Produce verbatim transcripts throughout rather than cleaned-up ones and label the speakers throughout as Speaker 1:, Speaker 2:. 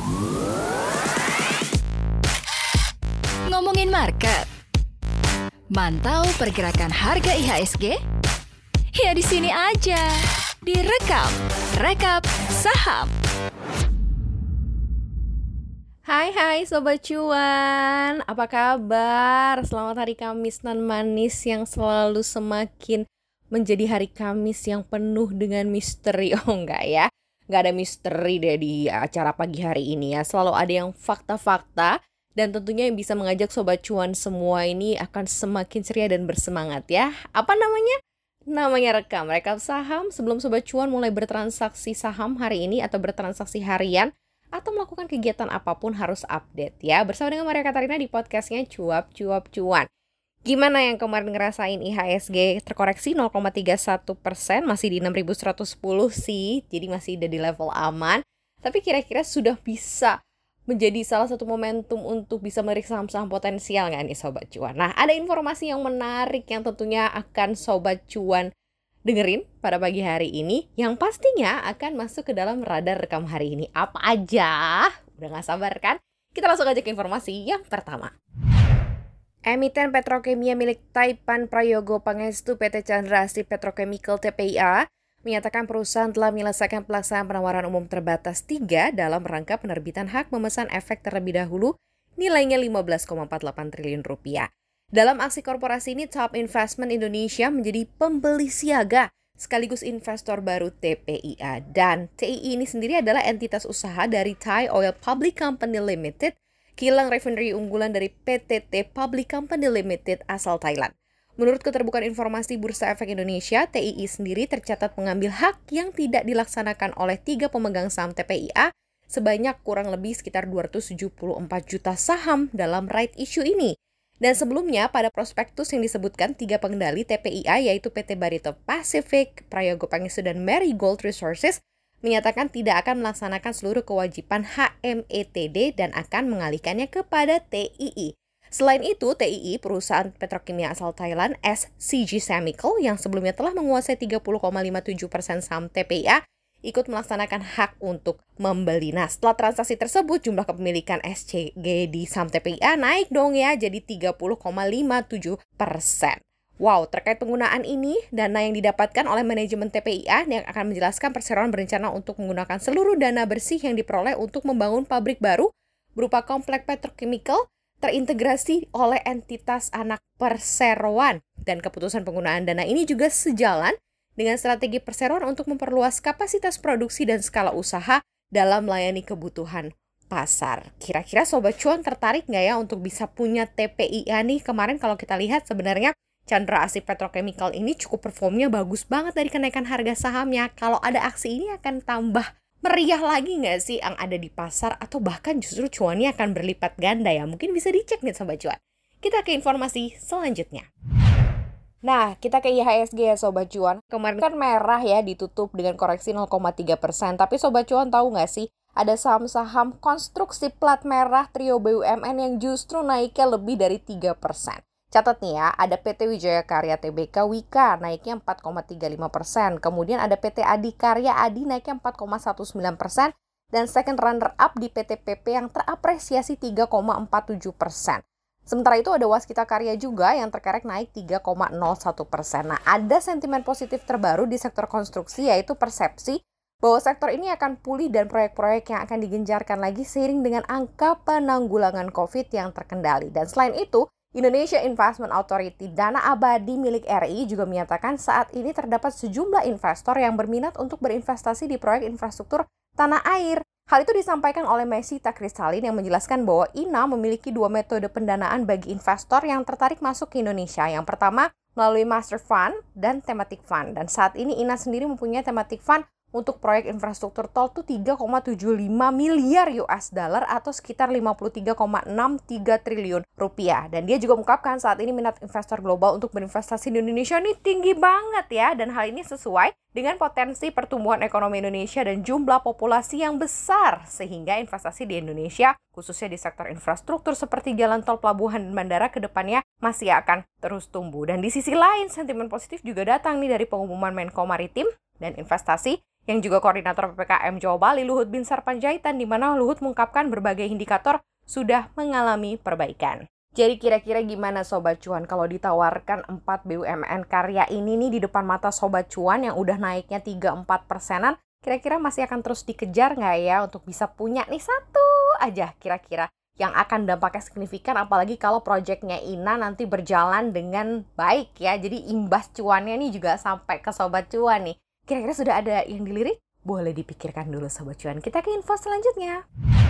Speaker 1: Ngomongin market, mantau pergerakan harga I H S G? Ya di sini aja, direkap, rekap saham.
Speaker 2: Hai hai Sobat Cuan, apa kabar? Selamat hari Kamis nan manis yang selalu semakin menjadi hari Kamis yang penuh dengan misteri. Oh enggak ya, enggak ada misteri deh di acara pagi hari ini ya. Selalu ada yang fakta-fakta dan tentunya yang bisa mengajak Sobat Cuan semua ini akan semakin ceria dan bersemangat ya. Apa namanya? Namanya rekam, rekap saham sebelum Sobat Cuan mulai bertransaksi saham hari ini atau bertransaksi harian atau melakukan kegiatan apapun harus update ya. Bersama dengan Maria Katarina di podcastnya Cuap Cuap Cuan. Gimana yang kemarin ngerasain I H S G terkoreksi nol koma tiga satu persen, masih di enam ribu seratus sepuluh sih, jadi masih ada di level aman. Tapi kira-kira sudah bisa menjadi salah satu momentum untuk bisa melirik saham-saham potensial nggak nih Sobat Cuan? Nah, ada informasi yang menarik yang tentunya akan Sobat Cuan dengerin pada pagi hari ini, yang pastinya akan masuk ke dalam radar rekam hari ini. Apa aja? Udah gak sabar kan? Kita langsung aja ke informasi yang pertama. Emiten petrokimia milik Taipan Prayogo Pangestu P T Chandra Asri Petrochemical T P I A menyatakan perusahaan telah menyelesaikan pelaksanaan penawaran umum terbatas tiga dalam rangka penerbitan hak memesan efek terlebih dahulu nilainya lima belas koma empat delapan triliun rupiah. Dalam aksi korporasi ini, Top Investment Indonesia menjadi pembeli siaga sekaligus investor baru T P I A. Dan T I I ini sendiri adalah entitas usaha dari Thai Oil Public Company Limited, kilang refinery unggulan dari P T T Public Company Limited asal Thailand. Menurut keterbukaan informasi Bursa Efek Indonesia, T I I sendiri tercatat mengambil hak yang tidak dilaksanakan oleh tiga pemegang saham T P I A sebanyak kurang lebih sekitar dua ratus tujuh puluh empat juta saham dalam right issue ini. Dan sebelumnya pada prospektus yang disebutkan tiga pengendali T P I A yaitu P T Barito Pacific, Prayogo Pangestu dan Marigold Resources menyatakan tidak akan melaksanakan seluruh kewajiban H M E T D dan akan mengalihkannya kepada T I I. Selain itu, T I I, perusahaan petrokimia asal Thailand S C G Chemical yang sebelumnya telah menguasai tiga puluh koma lima tujuh persen saham T P I A, ikut melaksanakan hak untuk membeli. Nah, setelah transaksi tersebut, jumlah kepemilikan S C G di saham T P I A naik dong ya, jadi tiga puluh koma lima tujuh persen. Wow, terkait penggunaan ini, dana yang didapatkan oleh manajemen T P I A yang akan menjelaskan perseroan berencana untuk menggunakan seluruh dana bersih yang diperoleh untuk membangun pabrik baru berupa komplek petrochemical terintegrasi oleh entitas anak perseroan. Dan keputusan penggunaan dana ini juga sejalan dengan strategi perseroan untuk memperluas kapasitas produksi dan skala usaha dalam melayani kebutuhan pasar. Kira-kira Sobat Cuan tertarik nggak ya untuk bisa punya T P I A nih? Kemarin kalau kita lihat sebenarnya Chandra Asri Petrochemical ini cukup performnya bagus banget dari kenaikan harga sahamnya. Kalau ada aksi ini akan tambah meriah lagi nggak sih yang ada di pasar? Atau bahkan justru cuannya akan berlipat ganda ya? Mungkin bisa dicek nih Sobat Cuan. Kita ke informasi selanjutnya. Nah, kita ke I H S G ya Sobat Cuan. Kemarin kan merah ya, ditutup dengan koreksi nol koma tiga persen. Tapi Sobat Cuan tahu nggak sih, ada saham-saham konstruksi plat merah trio B U M N yang justru naiknya lebih dari tiga persen. Catat nih ya, ada P T Wijaya Karya T B K Wika naiknya empat koma tiga lima persen. Kemudian ada P T Adikarya Adi naiknya empat koma sembilan satu persen. Dan second runner up di P T P P yang terapresiasi tiga koma empat tujuh persen. Sementara itu ada Waskita Karya juga yang terkerek naik tiga koma nol satu persen. Nah, ada sentimen positif terbaru di sektor konstruksi yaitu persepsi bahwa sektor ini akan pulih dan proyek-proyek yang akan digencarkan lagi seiring dengan angka penanggulangan COVID yang terkendali. Dan selain itu, Indonesia Investment Authority, dana abadi milik R I, juga menyatakan saat ini terdapat sejumlah investor yang berminat untuk berinvestasi di proyek infrastruktur tanah air. Hal itu disampaikan oleh Mesita Kristalin yang menjelaskan bahwa I N A memiliki dua metode pendanaan bagi investor yang tertarik masuk ke Indonesia. Yang pertama, melalui Master Fund dan Thematic Fund. Dan saat ini I N A sendiri mempunyai Thematic Fund untuk proyek infrastruktur tol itu tiga koma tujuh lima miliar U S dollar atau sekitar lima puluh tiga koma enam tiga triliun rupiah. Dan dia juga mengungkapkan saat ini minat investor global untuk berinvestasi di Indonesia ini tinggi banget ya. Dan hal ini sesuai dengan potensi pertumbuhan ekonomi Indonesia dan jumlah populasi yang besar. Sehingga investasi di Indonesia, khususnya di sektor infrastruktur seperti jalan tol, pelabuhan, dan bandara ke depannya masih akan terus tumbuh. Dan di sisi lain, sentimen positif juga datang nih dari pengumuman Menko Maritim dan Investasi yang juga koordinator P P K M Jawa Bali, Luhut Binsar Panjaitan, di mana Luhut mengungkapkan berbagai indikator sudah mengalami perbaikan. Jadi kira-kira gimana Sobat Cuan kalau ditawarkan empat B U M N karya ini nih di depan mata Sobat Cuan yang udah naiknya tiga sampai empat persenan, kira-kira masih akan terus dikejar nggak ya untuk bisa punya nih satu aja kira-kira yang akan dampaknya signifikan, apalagi kalau proyeknya Ina nanti berjalan dengan baik ya. Jadi imbas cuannya nih juga sampai ke Sobat Cuan nih. Kira-kira sudah ada yang dilirik? Boleh dipikirkan dulu Sobat Cuan. Kita ke info selanjutnya.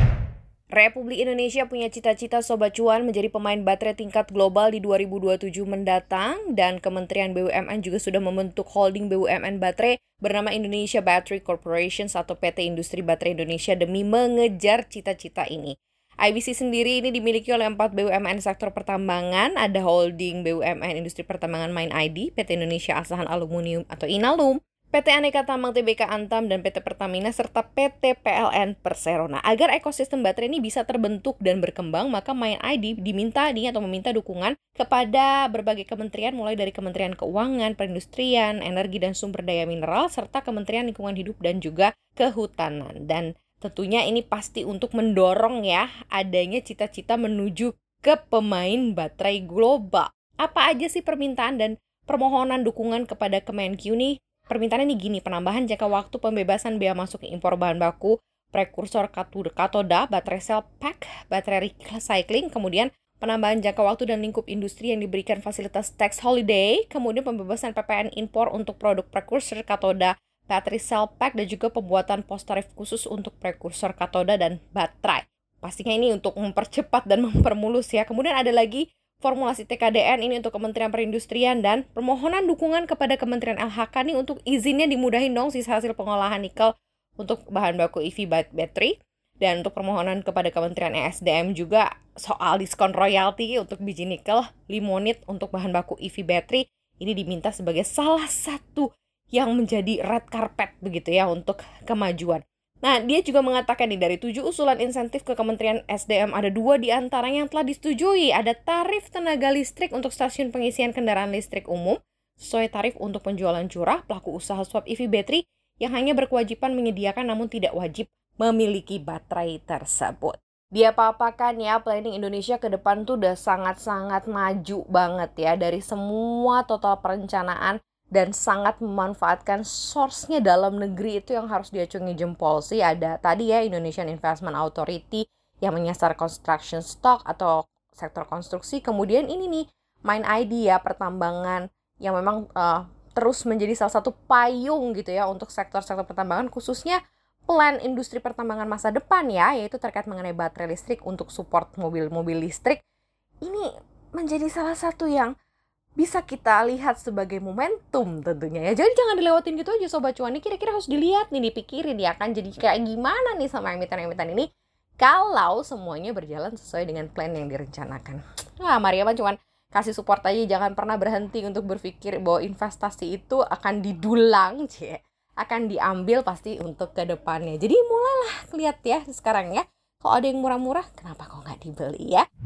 Speaker 2: Republik Indonesia punya cita-cita Sobat Cuan menjadi pemain baterai tingkat global di dua ribu dua puluh tujuh mendatang, dan Kementerian B U M N juga sudah membentuk holding B U M N Baterai bernama Indonesia Battery Corporation atau P T Industri Baterai Indonesia demi mengejar cita-cita ini. I B C sendiri ini dimiliki oleh empat B U M N sektor pertambangan, ada holding B U M N Industri Pertambangan Main I D, P T Indonesia Asahan Aluminium atau Inalum, P T Aneka Tambang T B K Antam, dan P T Pertamina, serta P T P L N Persero. Nah, agar ekosistem baterai ini bisa terbentuk dan berkembang, maka Main I D diminta nih atau meminta dukungan kepada berbagai kementerian, mulai dari Kementerian Keuangan, Perindustrian, Energi dan Sumber Daya Mineral, serta Kementerian Lingkungan Hidup dan juga Kehutanan. Dan tentunya ini pasti untuk mendorong ya adanya cita-cita menuju ke pemain baterai global. Apa aja sih permintaan dan permohonan dukungan kepada Kemenq nih? Permintaannya nih gini, penambahan jangka waktu pembebasan bea masuk impor bahan baku, prekursor katoda, baterai cell pack, baterai recycling, kemudian penambahan jangka waktu dan lingkup industri yang diberikan fasilitas tax holiday, kemudian pembebasan P P N impor untuk produk prekursor katoda, baterai cell pack, dan juga pembuatan pos tarif khusus untuk prekursor katoda dan baterai. Pastinya ini untuk mempercepat dan mempermulus ya. Kemudian ada lagi formulasi T K D N ini untuk Kementerian Perindustrian, dan permohonan dukungan kepada Kementerian L H K nih untuk izinnya dimudahin dong sisa hasil pengolahan nikel untuk bahan baku E V battery, dan untuk permohonan kepada Kementerian E S D M juga soal diskon royalti untuk biji nikel limonit untuk bahan baku E V battery ini diminta sebagai salah satu yang menjadi red carpet begitu ya untuk kemajuan. Nah, dia juga mengatakan nih dari tujuh usulan insentif ke Kementerian S D M ada dua di antaranya yang telah disetujui. Ada tarif tenaga listrik untuk stasiun pengisian kendaraan listrik umum sesuai tarif untuk penjualan curah, pelaku usaha swap E V battery yang hanya berkewajiban menyediakan namun tidak wajib memiliki baterai tersebut. Dia apa-apakan ya, planning Indonesia ke depan tuh udah sangat-sangat maju banget ya dari semua total perencanaan, dan sangat memanfaatkan source-nya dalam negeri itu yang harus diacungi jempol sih. Ada tadi ya Indonesian Investment Authority yang menyasar construction stock atau sektor konstruksi. Kemudian ini nih Main I D ya, pertambangan yang memang uh, terus menjadi salah satu payung gitu ya untuk sektor-sektor pertambangan, khususnya plan industri pertambangan masa depan ya, yaitu terkait mengenai baterai listrik untuk support mobil-mobil listrik. Ini menjadi salah satu yang bisa kita lihat sebagai momentum tentunya ya. Jadi jangan dilewatin gitu aja Sobat Cuan. Ini kira-kira harus dilihat nih, dipikirin ya kan. Jadi kayak gimana nih sama emiten-emiten ini kalau semuanya berjalan sesuai dengan plan yang direncanakan. Nah, Maria mah cuman kasih support aja, jangan pernah berhenti untuk berpikir bahwa investasi itu akan didulang, cie, akan diambil pasti untuk ke depannya. Jadi mulailah lihat ya sekarang ya. Kalau ada yang murah-murah, kenapa kok nggak dibeli ya?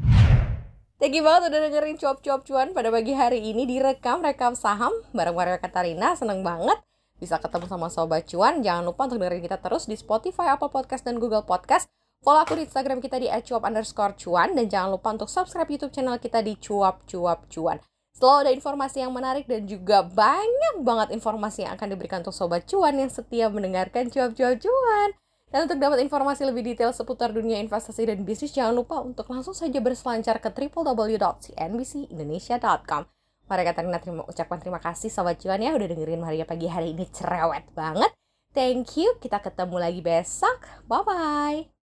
Speaker 2: Thank you banget udah dengerin Cuap-Cuap Cuan pada pagi hari ini di Rekam Rekap Saham bareng Maria Katarina. Seneng banget bisa ketemu sama Sobat Cuan. Jangan lupa untuk dengerin kita terus di Spotify, Apple Podcast, dan Google Podcast. Follow aku di Instagram kita di at cuap underscore cuan. Dan jangan lupa untuk subscribe YouTube channel kita di Cuap-Cuap Cuan. Selalu ada informasi yang menarik dan juga banyak banget informasi yang akan diberikan untuk Sobat Cuan yang setia mendengarkan Cuap-Cuap Cuan. Dan untuk dapat informasi lebih detail seputar dunia investasi dan bisnis, jangan lupa untuk langsung saja berselancar ke w w w dot c n b c indonesia dot com. Maria Katarina terima, ucapkan terima kasih Sobat Cuan ya udah dengerin Maria pagi hari ini cerewet banget. Thank you, kita ketemu lagi besok. Bye-bye.